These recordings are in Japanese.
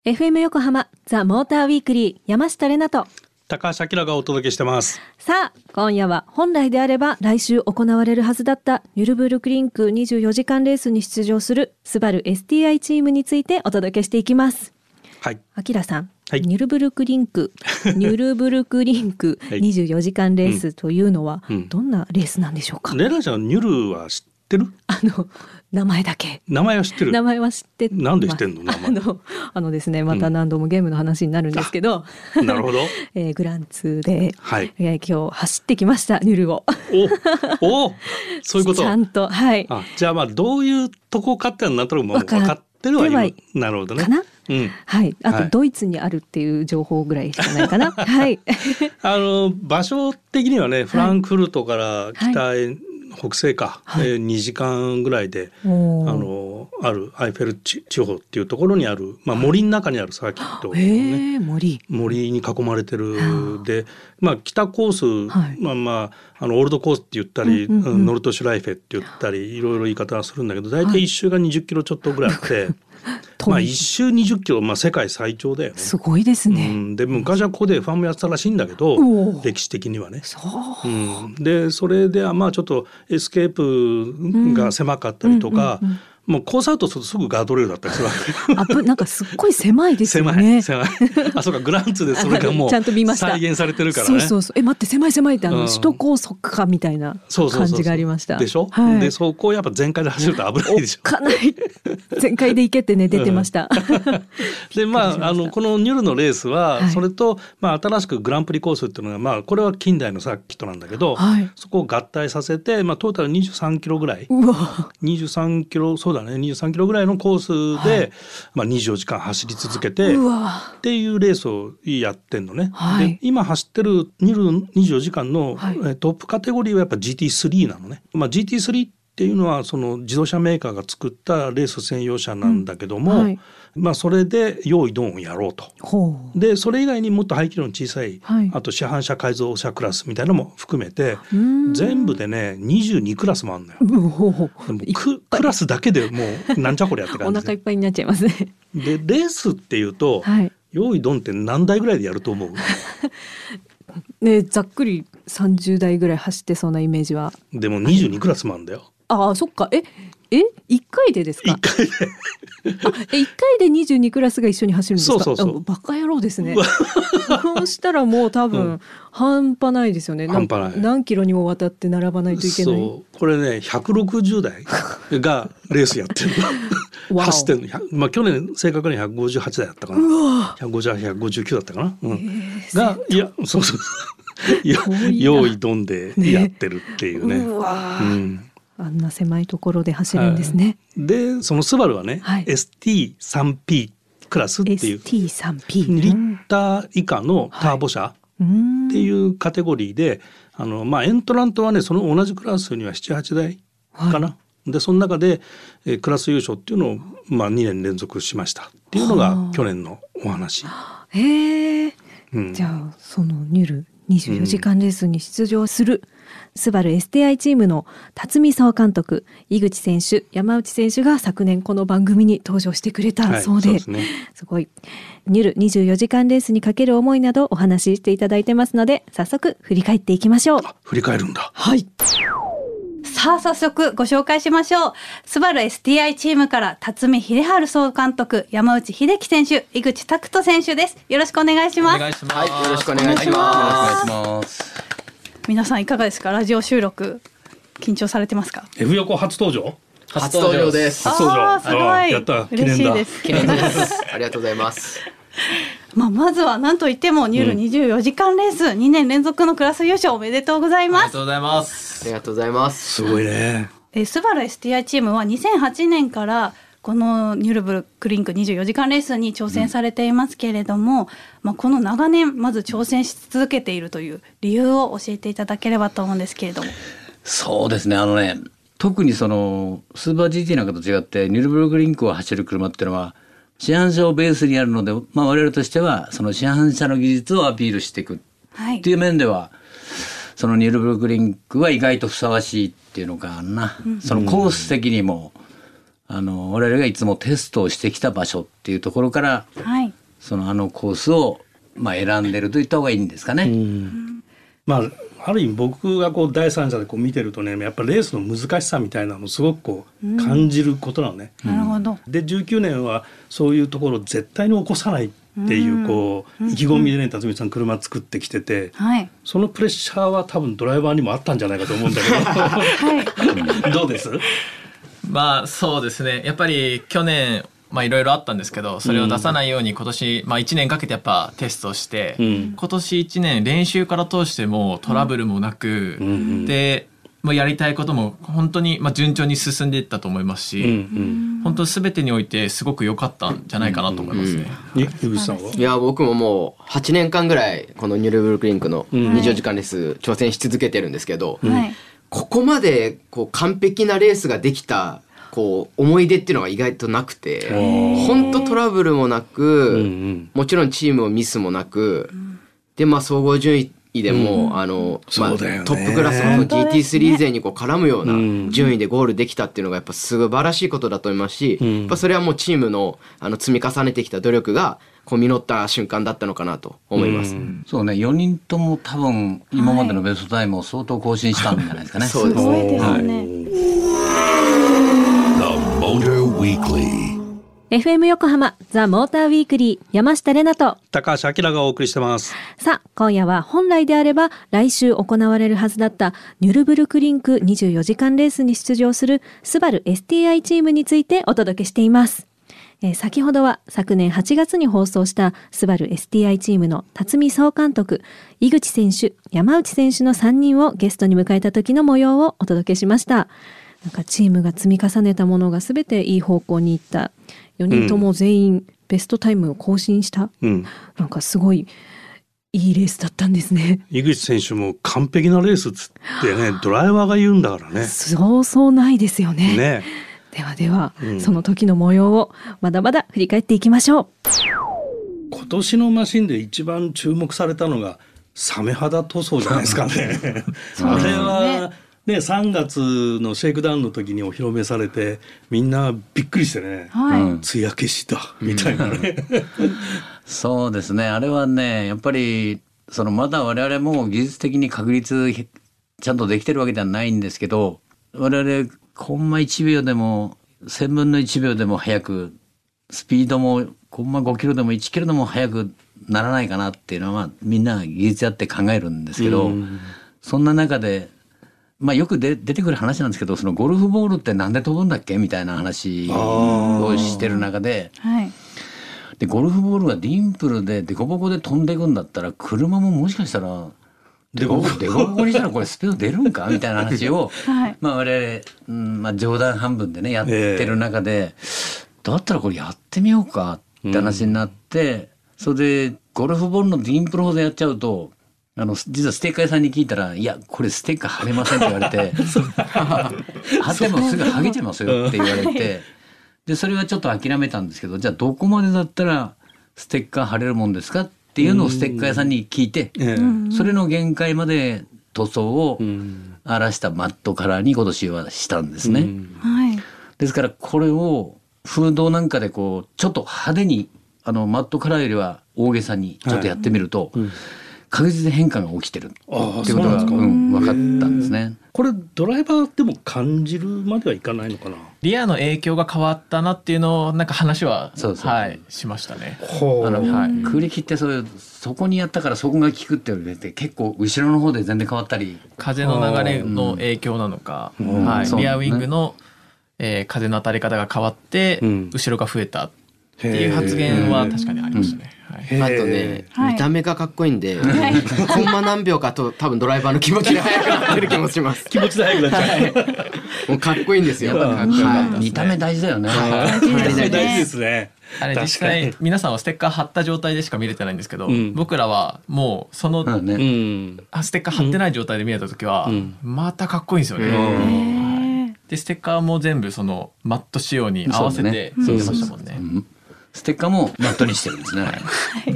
FM 横浜ザ・モーターウィークリー山下れなと高橋明がお届けしてます。 さあ今夜は本来であれば来週行われるはずだったニュルブルクリンク24時間レースに出場するスバル STI チームについてお届けしていきます。 はい。 明さん、 はい、 ニュルブルクリンク24時間レースというのはどんなレースなんでしょうか。 レナちゃんニュルは知ってる？ 名前だけ。 名前は知ってる。 名前は知ってます。 なんで知ってんの？名前。 ですね、また何度もゲームの話になるんですけど、 なるほど。 グランツーで、 はい、 今日走ってきましたニュルを。 おそういうこと。 ちゃんと、はい。 じゃあどういうとこかってなんとなく分かってるはいる。なるほどね。 かな。はい。あと、 はい、 ドイツにあるっていう情報ぐらいしかないかな。はい。 場所的にはね、フランクフルトから北へ、北西か、2時間ぐらいであるアイフェル地方っていうところにある、森の中にあるサーキット、ね、森に囲まれてるで、北コース、オールドコースって言ったり、ノルトシュライフェって言ったりいろいろ言い方はするんだけど、大体1周が20キロちょっとぐらいあって、1周20キロ、世界最長だよね。すごいですね。 で昔はここでファンもやってたらしいんだけど、歴史的にはね。でそれではちょっとエスケープが狭かったりとか、もうコースアウトするとすぐガードレールだったりするわけ。 なんかすっごい狭いですよね。 狭い。そうか、グランツでそれがもう再現されてるからね。 そう待って、狭いって首都高速かみたいな感じがありました。 でしょ。でそこをやっぱ全開で走ると危ないでしょ。 かなり全開で行けってね出てました。 でこのニュルのレースはそれと新しくグランプリコースっていうのがこれは近代のサーキットなんだけど、そこを合体させてトータル23キロぐらい。23キロそうだね、23キロぐらいのコースで、24時間走り続けてっていうレースをやってんのね。で今走ってるニュル24時間の、トップカテゴリーはやっぱ GT3 なのね。GT3 っていうのはその自動車メーカーが作ったレース専用車なんだけども、それで用意ドンをやろうと。でそれ以外にもっと排気量の小さい、あと市販車改造車クラスみたいなのも含めて全部でね22クラスもあるのよ。クラスだけでもうなんちゃこれやって感じでお腹いっぱいになっちゃいますね。 でレースっていうと、用意ドンって何台ぐらいでやると思う？ ね、ざっくり30台ぐらい走ってそうなイメージは。 でも22クラスもあるんだよ。 そっか。1回でですか？ 1回で 1回で22クラスが一緒に走るんですか？ そうバカ野郎ですね。そうしたらもう多分、半端ないですよね。 半端ない。 何キロにもわたって並ばないといけない。 これね160台がレースやってるの。走ってるの。去年正確に158台だったかな。158、159だったかな。がいやそう用意ドンでやってるっていうね。 あんな狭いところで走るんですね。 でそのスバルはね、ST3P クラスっていう ST3P 2リッター以下のターボ車っていうカテゴリーで、エントラントはねその同じクラスには 7,8 台かな。でその中でクラス優勝っていうのを2年連続しましたっていうのが去年のお話。じゃあそのニュル24時間レースに出場するスバル STI チームの辰巳総監督、井口選手、山内選手が昨年この番組に登場してくれたそうで、すごいニュル24時間レースにかける思いなどお話ししていただいてますので、早速振り返っていきましょう。 振り返るんだ。 はい。 さあ早速ご紹介しましょう。スバル STI チームから辰巳秀治総監督、山内秀樹選手、井口拓人選手です。よろしくお願いします。 お願いします。よろしくお願いします。 皆さんいかがですか？ラジオ収録緊張されてますか ？F 横初登場？ 初登場です。 初登場。 すごい。 やった。 嬉しいです。 記念です。ありがとうございます。 まずは何といってもニュル24時間レース2年連続のクラス優勝おめでとうございます。 ありがとうございます。ありがとうございます。 すごいね。 スバル STI チームは2008年からこのニュルブルクリンク24時間レースに挑戦されていますけれども、この長年まず挑戦し続けているという理由を教えていただければと思うんですけれども。 そうですね、特にそのスーパー GT なんかと違ってニュルブルクリンクを走る車っていうのは市販車をベースにやるので、我々としてはその市販車の技術をアピールしていくっていう面では、そのニュルブルクリンクは意外とふさわしいっていうのかな、そのコース的にも我々がいつもテストをしてきた場所っていうところから、 はい、 そのコースを選んでると言った方がいいんですかね。 ある意味僕が第三者で見てるとね、やっぱレースの難しさみたいなのをすごく感じることなのね。 なるほど。 で19年はそういうところを絶対に起こさないっていう意気込みでね、辰巳さん車作ってきてて、 はい、 そのプレッシャーは多分ドライバーにもあったんじゃないかと思うんだけど、はい、どうです？ そうですね、やっぱり去年いろいろあったんですけど、それを出さないように今年、1年かけてやっぱテストして、今年1年練習から通してもトラブルもなく、でやりたいことも本当に順調に進んでいったと思いますし、本当全てにおいてすごく良かったんじゃないかなと思いますね。 井口さんは？ いや僕ももう8年間ぐらいこのニュルブルクリンクの24時間レース挑戦し続けてるんですけど、ここまで完璧なレースができた思い出っていうのが意外となくて、本当トラブルもなく、もちろんチームもミスもなく、で総合順位でも、トップクラスの GT3 勢に絡むような順位でゴールできたっていうのがやっぱ素晴らしいことだと思いますし、やっぱそれはもうチームの積み重ねてきた努力が実った瞬間だったのかなと思います。 そうね、4人とも多分今までのベストタイムを相当更新したんじゃないですかね。 そうですすごいですね。 FM 横浜ザ・モーターウィークリー、山下れなと高橋明がお送りしてます。 さあ今夜は本来であれば来週行われるはずだったニュルブルクリンク24時間レースに出場するスバル STI チームについてお届けしています。先ほどは昨年8月に放送したスバル STI チームの辰巳総監督、井口選手、山内選手の3人をゲストに迎えた時の模様をお届けしました。チームが積み重ねたものが全ていい方向にいった。4人とも全員ベストタイムを更新した。すごいいいレースだったんですね。 井口選手も完璧なレースっつってね、ドライバーが言うんだからね。 そうないですよね。では、その時の模様をまだまだ振り返っていきましょう。 今年のマシンで一番注目されたのがサメ肌塗装じゃないですかね。あれはね、3月のシェイクダウンの時にお披露目されてみんなびっくりしてね、艶消しだみたいなね。 そうですね、あれはねやっぱりまだ我々も技術的に確立ちゃんとできてるわけではないんですけど、我々コンマ1秒でも1000分の1秒でも速く、スピードもコンマ5キロでも1キロでも速くならないかなっていうのはみんな技術やって考えるんですけど、そんな中でよく出てくる話なんですけど、ゴルフボールってなんで飛ぶんだっけみたいな話をしてる中で、でゴルフボールがディンプルでデコボコで飛んでいくんだったら、車ももしかしたらデコボコにしたらこれスピード出るんかみたいな話を我々、冗談半分でねやってる中で、だったらこれやってみようかって話になって、それでゴルフボールのディンプルほどやっちゃうと、実はステッカー屋さんに聞いたら、いやこれステッカー貼れませんって言われて貼ってもすぐ剥げちゃいますよって言われて、でそれはちょっと諦めたんですけど、じゃあどこまでだったらステッカー貼れるもんですかっていうのをステッカー屋さんに聞いて、それの限界まで塗装を荒らしたマットカラーに今年はしたんですね。ですからこれをフードなんかでちょっと派手にマットカラーよりは大げさにちょっとやってみると、確実に変化が起きてるっていうことが分かったんですね。 これドライバーでも感じるまではいかないのかな。 リアの影響が変わったなっていうのを話はしましたね。 空力ってそこにやったからそこが効くって言われて、結構後ろの方で全然変わったり、 風の流れの影響なのか、リアウィングの、風の当たり方が変わって後ろが増えたっていう発言は確かにありましたね。 あとね、見た目がかっこいいんで、コンマ何秒かと多分ドライバーの気持ちが速くなってる気もします。 気持ちで速くなっちゃう。 もうかっこいいんですよ。 見た目大事だよね。 大事ですね。 あれ実際皆さんはステッカー貼った状態でしか見れてないんですけど、僕らはもうそのステッカー貼ってない状態で見れた時はまたかっこいいんですよね。でステッカーも全部マット仕様に合わせてついてましたもんね。 ステッカーもマットにしてるんですね。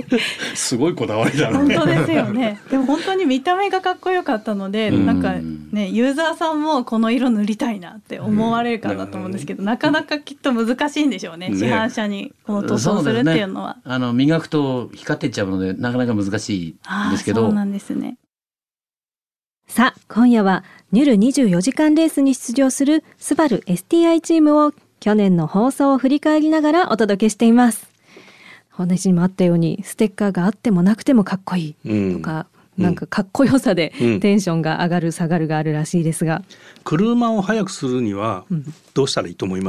すごいこだわりだね。 本当ですよね。でも本当に見た目がかっこよかったので、 ね、ユーザーさんもこの色塗りたいなって思われるかなと思うんですけど、なかなかきっと難しいんでしょうね、市販車にこの塗装するっていうのは。 磨くと光っていっちゃうのでなかなか難しいんですけど。 そうなんですね。 さあ今夜はニュル24時間レースに出場するスバル STI チームを去年の放送を振り返りながらお届けしています。話にもあったようにステッカーがあってもなくてもかっこいいとか、なんかかっこよさでテンションが上がる下がるがあるらしいですが、 車を速くするにはどうしたらいいと思います？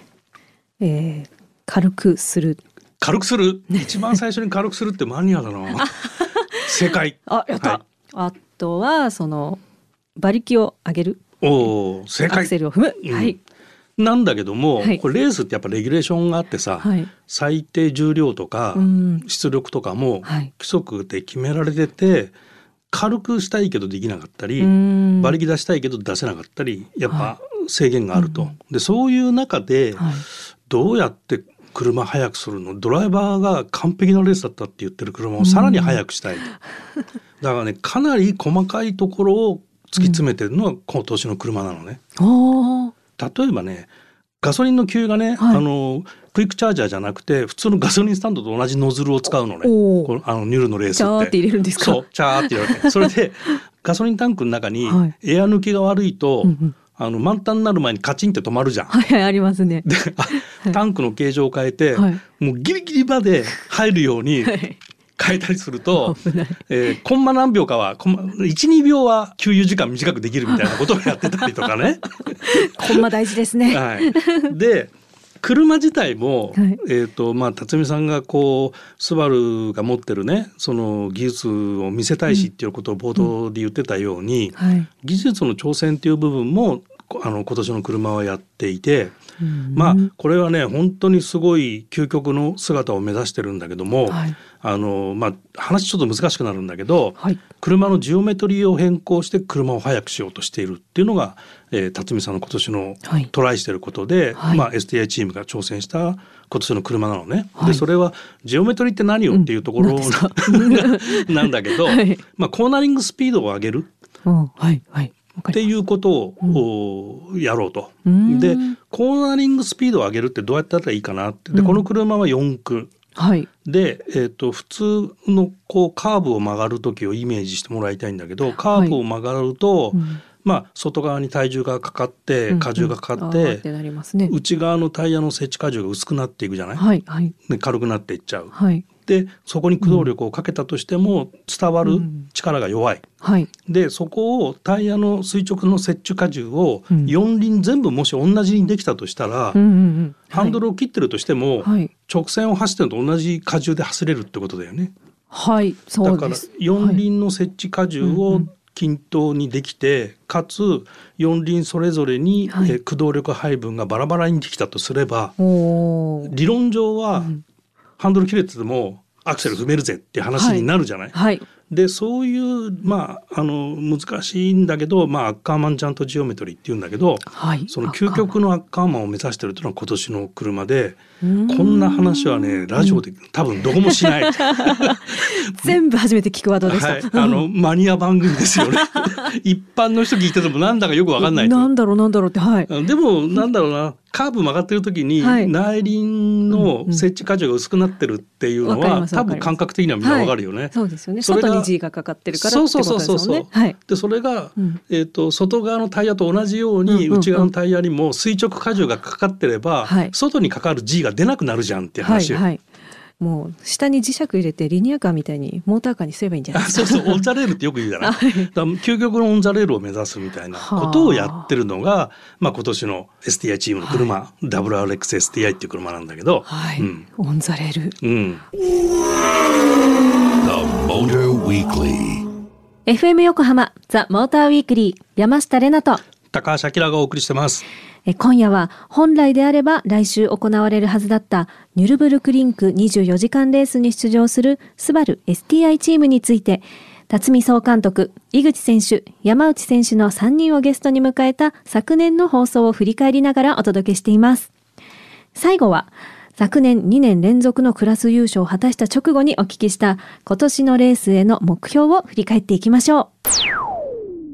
軽くする。 軽くする一番最初に軽くするってマニアだな正解。 やった、はい、あとはその馬力を上げる。 正解。 アクセルを踏む、はい。 なんだけども、 はい、 これレースってやっぱレギュレーションがあってさ、はい、最低重量とか出力とかも規則で決められてて、軽くしたいけどできなかったり、馬力出したいけど出せなかったり、やっぱ制限があると、でそういう中でどうやって車速くするの、ドライバーが完璧なレースだったって言ってる車をさらに速くしたい、だからねかなり細かいところを突き詰めてるのが今年の車なのね。例えばねガソリンの給油がね、はい、クイックチャージャーじゃなくて普通のガソリンスタンドと同じノズルを使うのね。このニュルのレースってチャーって入れるんですか？ そうチャーって入れるそれでガソリンタンクの中にエア抜きが悪いと、満タンになる前にカチンって止まるじゃん。 はい、ありますね。 でタンクの形状を変えて、はい、もうギリギリまで入るように変えたりすると、コンマ何秒かは1、2秒は給油時間短くできるみたいなことをやってたりとかねコンマ大事ですね、 はい、で車自体も、辰巳さんがスバルが持ってるねその技術を見せたいしっていうことを冒頭で言ってたように、技術の挑戦っていう部分も今年の車はやっていて、これはね本当にすごい究極の姿を目指してるんだけども、話ちょっと難しくなるんだけど、車のジオメトリーを変更して車を速くしようとしているっていうのが、辰巳さんの今年のトライしてることで、STI チームが挑戦した今年の車なのね。でそれはジオメトリーって何よっていうところ、なんだけど、コーナリングスピードを上げる、っていうことをやろうと。でコーナリングスピードを上げるってどうやったらいいかなって。でこの車は4駆、で、普通のカーブを曲がる時をイメージしてもらいたいんだけど、カーブを曲がると、外側に体重がかかって荷重がかかって、内側のタイヤの接地荷重が薄くなっていくじゃない、で軽くなっていっちゃう、でそこに駆動力をかけたとしても伝わる力が弱い、でそこをタイヤの垂直の接地荷重を4輪全部もし同じにできたとしたら、ハンドルを切ってるとしても、直線を走ってるのと同じ荷重で走れるってことだよね。だから4輪の接地荷重を均等にできて、かつ4輪それぞれに駆動力配分がバラバラにできたとすれば、理論上はハンドル切れててもアクセル踏めるぜっていう話になるじゃない、でそういう難しいんだけど、アッカーマンジャントジオメトリーっていうんだけど、その究極のアッカーマンを目指してるというのは今年の車で、こんな話はねラジオで多分どこもしない全部初めて聞くワードでした、 マニア番組ですよね一般の人聞いててもなんだかよく分かんないと。 なんだろうって、 でもなんだろうな、カーブ曲がってる時に内輪の接地荷重が薄くなってるっていうのは、多分感覚的にはみんな分かるよね、 そうですよね。外に G がかかってるからってことですよね。 でそれが、外側のタイヤと同じように、内側のタイヤにも垂直荷重がかかってれば、外にかかる G が出ななくなるじゃんっていう話、 もう下に磁石入れてリニアカーみたいにモーターカーにすればいいんじゃないですか。 そうオンザレールってよく言うじゃない究極のオンザレールを目指すみたいなことをやってるのが、今年の STI チームの車、WRX-STI っていう車なんだけど、 オンザレール、FM 横浜ザ・モーターウィークリー、山下れなと高橋明がお送りしてます。 今夜は本来であれば来週行われるはずだったニュルブルクリンク24時間レースに出場するスバル STI チームについて、辰巳総監督、井口選手、山内選手の3人をゲストに迎えた昨年の放送を振り返りながらお届けしています。最後は昨年2年連続のクラス優勝を果たした直後にお聞きした今年のレースへの目標を振り返っていきましょう。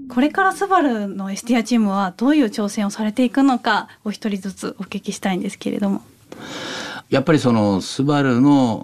これからスバルの STI チームはどういう挑戦をされていくのかお一人ずつお聞きしたいんですけれども。 やっぱりそのスバルの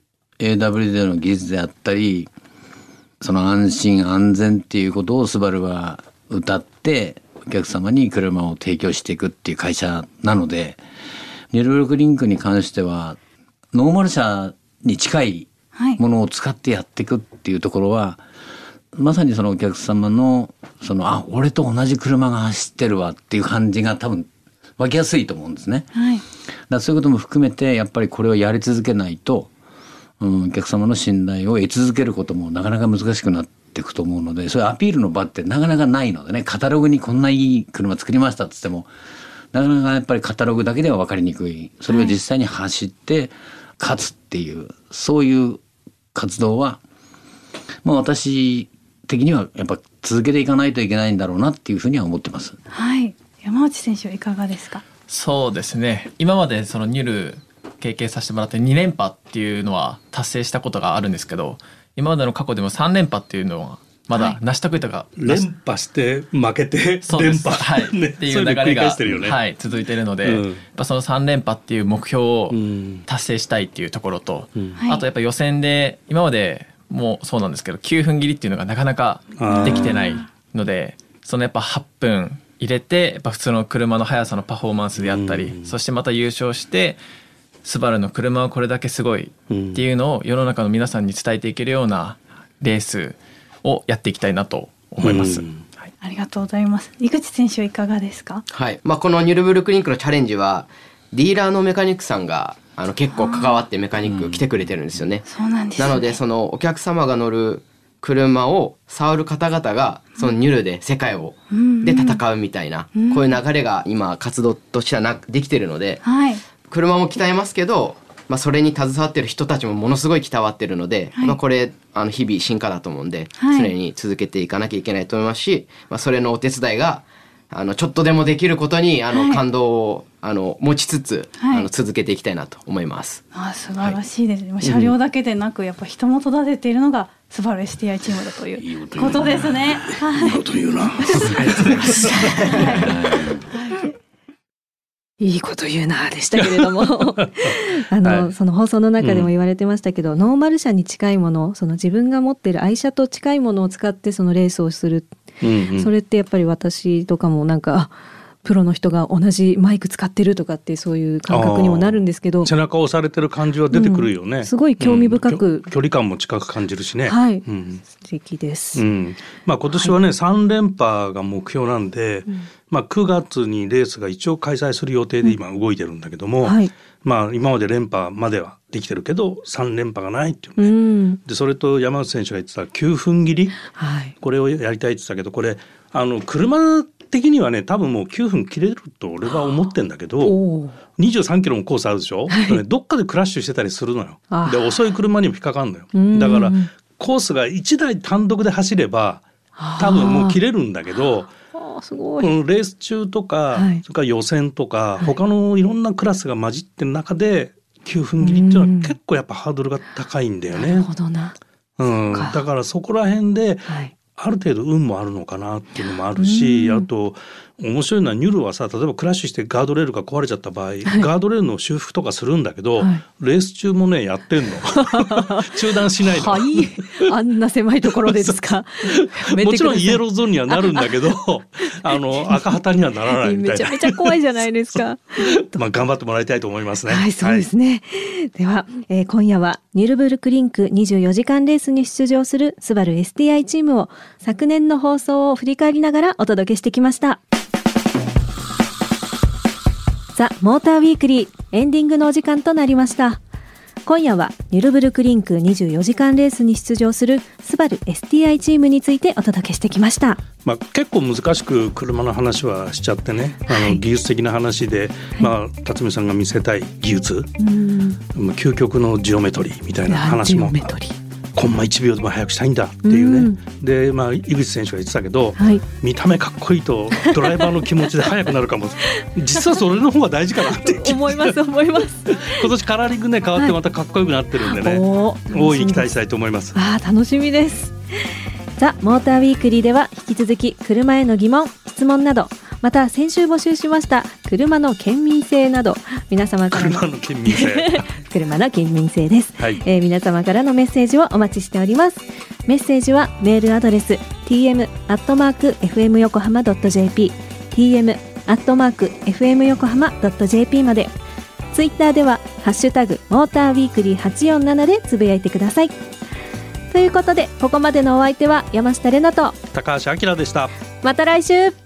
AWD の技術であったり、その安心安全っていうことをスバルは謳ってお客様に車を提供していくっていう会社なので、ニュルブルクリンクに関してはノーマル車に近いものを使ってやっていくっていうところは、まさにそのお客様の俺と同じ車が走ってるわっていう感じが多分湧きやすいと思うんですね。だからそういうことも含めてやっぱりこれをやり続けないと、お客様の信頼を得続けることもなかなか難しくなっていくと思うので、そういうアピールの場ってなかなかないのでね、カタログにこんないい車作りましたっつってもなかなかやっぱりカタログだけでは分かりにくい。それを実際に走って勝つっていう、そういう活動は私的にはやっぱ続けていかないといけないんだろうなっていうふうには思ってます。 はい、山内選手はいかがですか？ そうですね、今までそのニュル経験させてもらって2連覇っていうのは達成したことがあるんですけど、今までの過去でも3連覇っていうのはまだ成し遂げたか、 連覇して負けて連覇、 ね、っていう流れが、続いているので、やっぱその3連覇っていう目標を達成したいっていうところと、あとやっぱ予選で今までもそうなんですけど9分切りっていうのがなかなかできてないので、そのやっぱ8分入れてやっぱ普通の車の速さのパフォーマンスであったり、そしてまた優勝してスバルの車はこれだけすごいっていうのを世の中の皆さんに伝えていけるようなレースをやっていきたいなと思います。 ありがとうございます。井口選手はいかがですか？ はい、このニュルブルクリンクのチャレンジはディーラーのメカニックさんが結構関わってメカニック来てくれてるんですよね。 そうなんですね。 なのでそのお客様が乗る車を触る方々がそのニュルで世界をで戦うみたいな、こういう流れが今活動としてはできてるので、車も鍛えますけど、それに携わってる人たちもものすごい鍛わってるので、これ日々進化だと思うんで、常に続けていかなきゃいけないと思いますし、それのお手伝いがちょっとでもできることに感動を持ちつつ、続けていきたいなと思います。 素晴らしいですね。車両だけでなくやっぱ人も育てているのがスバル STI チームだということですね。 いいこと言うな。 いいこと言うなでしたけれどもその放送の中でも言われてましたけど、ノーマル車に近いもの、その自分が持っている愛車と近いものを使ってそのレースをする、それってやっぱり私とかもなんかプロの人が同じマイク使ってるとかってそういう感覚にもなるんですけど、 背中を押されてる感じは出てくるよね。 すごい興味深く、 距離感も近く感じるしね。 素敵です。 今年はね、3連覇が目標なんで、9月にレースが一応開催する予定で今動いてるんだけども、今まで連覇まではできてるけど3連覇がないっていうね。でそれと山内選手が言ってた9分切り、これをやりたいって言ってたけど、これ車的にはね多分もう9分切れると俺は思ってんだけど、23キロもコースあるでしょ、どっかでクラッシュしてたりするのよ。で遅い車にも引っかかるのよ。だからコースが1台単独で走れば多分もう切れるんだけど、 すごい。 レース中とか、それから予選とか、他のいろんなクラスが混じってる中で9分切りっていうのは結構やっぱハードルが高いんだよね。 なるほどな。 だからそこら辺で、ある程度運もあるのかなっていうのもあるし、あと面白いのはニュルはさ、例えばクラッシュしてガードレールが壊れちゃった場合、ガードレールの修復とかするんだけど、レース中もねやってんの中断しないの。 あんな狭いところでですかもちろんイエローゾーンにはなるんだけど赤旗にはならないみたいな。 めちゃめちゃ怖いじゃないですか頑張ってもらいたいと思いますね。 そうですね。では、今夜はニュルブルクリンク24時間レースに出場するスバル STI チームを昨年の放送を振り返りながらお届けしてきました。ザ・モーターウィークリーエンディングのお時間となりました。今夜はニュルブルクリンク24時間レースに出場するスバル STI チームについてお届けしてきました。 結構難しく車の話はしちゃってね、技術的な話で、辰巳さんが見せたい技術、究極のジオメトリーみたいな話もコンマ1秒でも速くしたいんだっていうね、で井口選手が言ってたけど、見た目かっこいいとドライバーの気持ちで速くなるかも実はそれの方が大事かなって思います今年カラーリングね変わってまたかっこよくなってるんでね、大いに期待したいと思います。 楽しみです。 ザ・モーターウィークリーでは引き続き車への疑問質問など、また先週募集しました車の県民性など、皆様からの車の県民性車の県民性です、はい。皆様からのメッセージをお待ちしております。メッセージはメールアドレス tm@fmyokohama.jp tm@fmyokohama.jp まで。ツイッターではハッシュタグモーターウィークリー847でつぶやいてください。ということで、ここまでのお相手は山下れなと高橋明でした。 また来週。